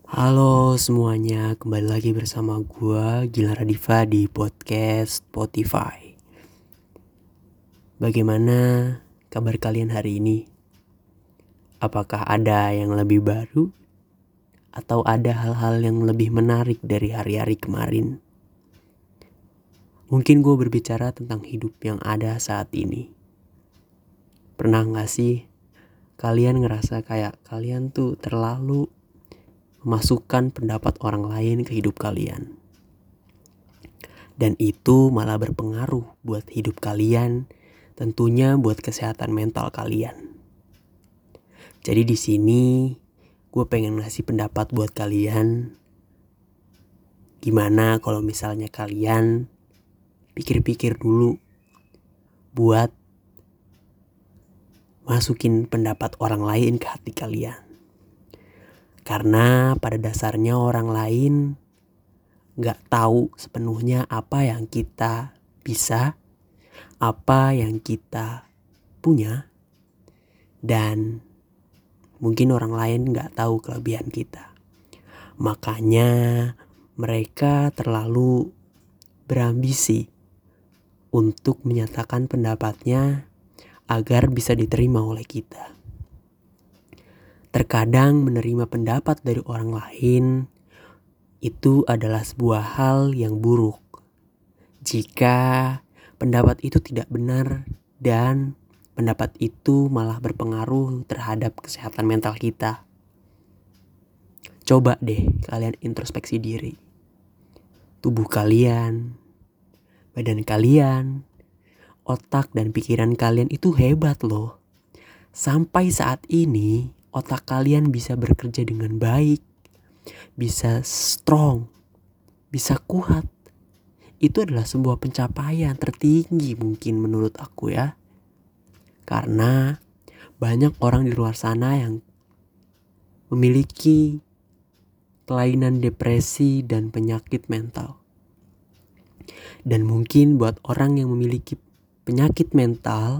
Halo semuanya, kembali lagi bersama gua Gilang Radifa di podcast Spotify. Bagaimana kabar kalian hari ini? Apakah ada yang lebih baru? Atau ada hal-hal yang lebih menarik dari hari-hari kemarin? Mungkin gue berbicara tentang hidup yang ada saat ini. Pernah gak sih kalian ngerasa kayak kalian tuh terlalu memasukkan pendapat orang lain ke hidup kalian? Dan itu malah berpengaruh buat hidup kalian, tentunya buat kesehatan mental kalian. Jadi di sini gue pengen ngasih pendapat buat kalian. Gimana kalau misalnya kalian pikir-pikir dulu buat masukin pendapat orang lain ke hati kalian. Karena pada dasarnya orang lain gak tahu sepenuhnya apa yang kita bisa, apa yang kita punya, dan mungkin orang lain gak tahu kelebihan kita. Makanya mereka terlalu berambisi untuk menyatakan pendapatnya agar bisa diterima oleh kita. Terkadang menerima pendapat dari orang lain itu adalah sebuah hal yang buruk jika pendapat itu tidak benar dan pendapat itu malah berpengaruh terhadap kesehatan mental kita. Coba deh kalian introspeksi diri. Tubuh kalian, badan kalian, otak dan pikiran kalian itu hebat loh. Sampai saat ini otak kalian bisa bekerja dengan baik, bisa strong, bisa kuat. Itu adalah sebuah pencapaian tertinggi mungkin menurut aku ya. Karena banyak orang di luar sana yang memiliki kelainan depresi dan penyakit mental. Dan mungkin buat orang yang memiliki penyakit mental,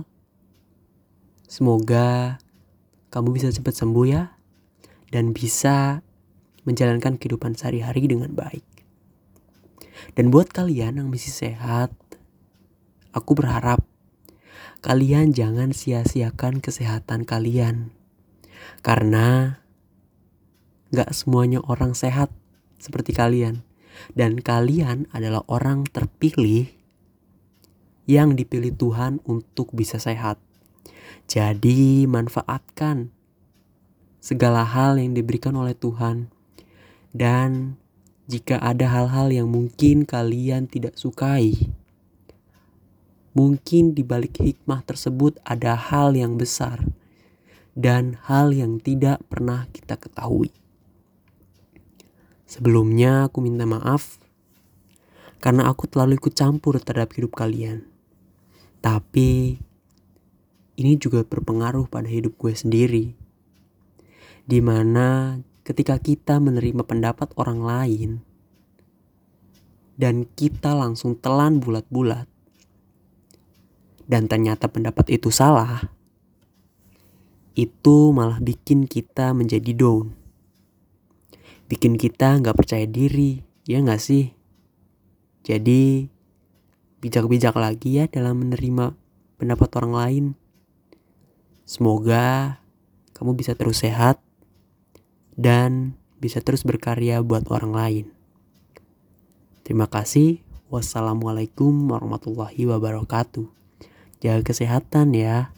semoga kamu bisa cepat sembuh ya, dan bisa menjalankan kehidupan sehari-hari dengan baik. Dan buat kalian yang masih sehat, aku berharap kalian jangan sia-siakan kesehatan kalian. Karena gak semuanya orang sehat seperti kalian. Dan kalian adalah orang terpilih yang dipilih Tuhan untuk bisa sehat. Jadi manfaatkan segala hal yang diberikan oleh Tuhan. Dan jika ada hal-hal yang mungkin kalian tidak sukai, mungkin di balik hikmah tersebut ada hal yang besar dan hal yang tidak pernah kita ketahui. Sebelumnya aku minta maaf karena aku terlalu ikut campur terhadap hidup kalian. Tapi ini juga berpengaruh pada hidup gue sendiri. Dimana ketika kita menerima pendapat orang lain dan kita langsung telan bulat-bulat dan ternyata pendapat itu salah, itu malah bikin kita menjadi down. Bikin kita gak percaya diri, ya gak sih? Jadi bijak-bijak lagi ya dalam menerima pendapat orang lain. Semoga kamu bisa terus sehat dan bisa terus berkarya buat orang lain. Terima kasih. Wassalamualaikum warahmatullahi wabarakatuh. Jaga kesehatan ya.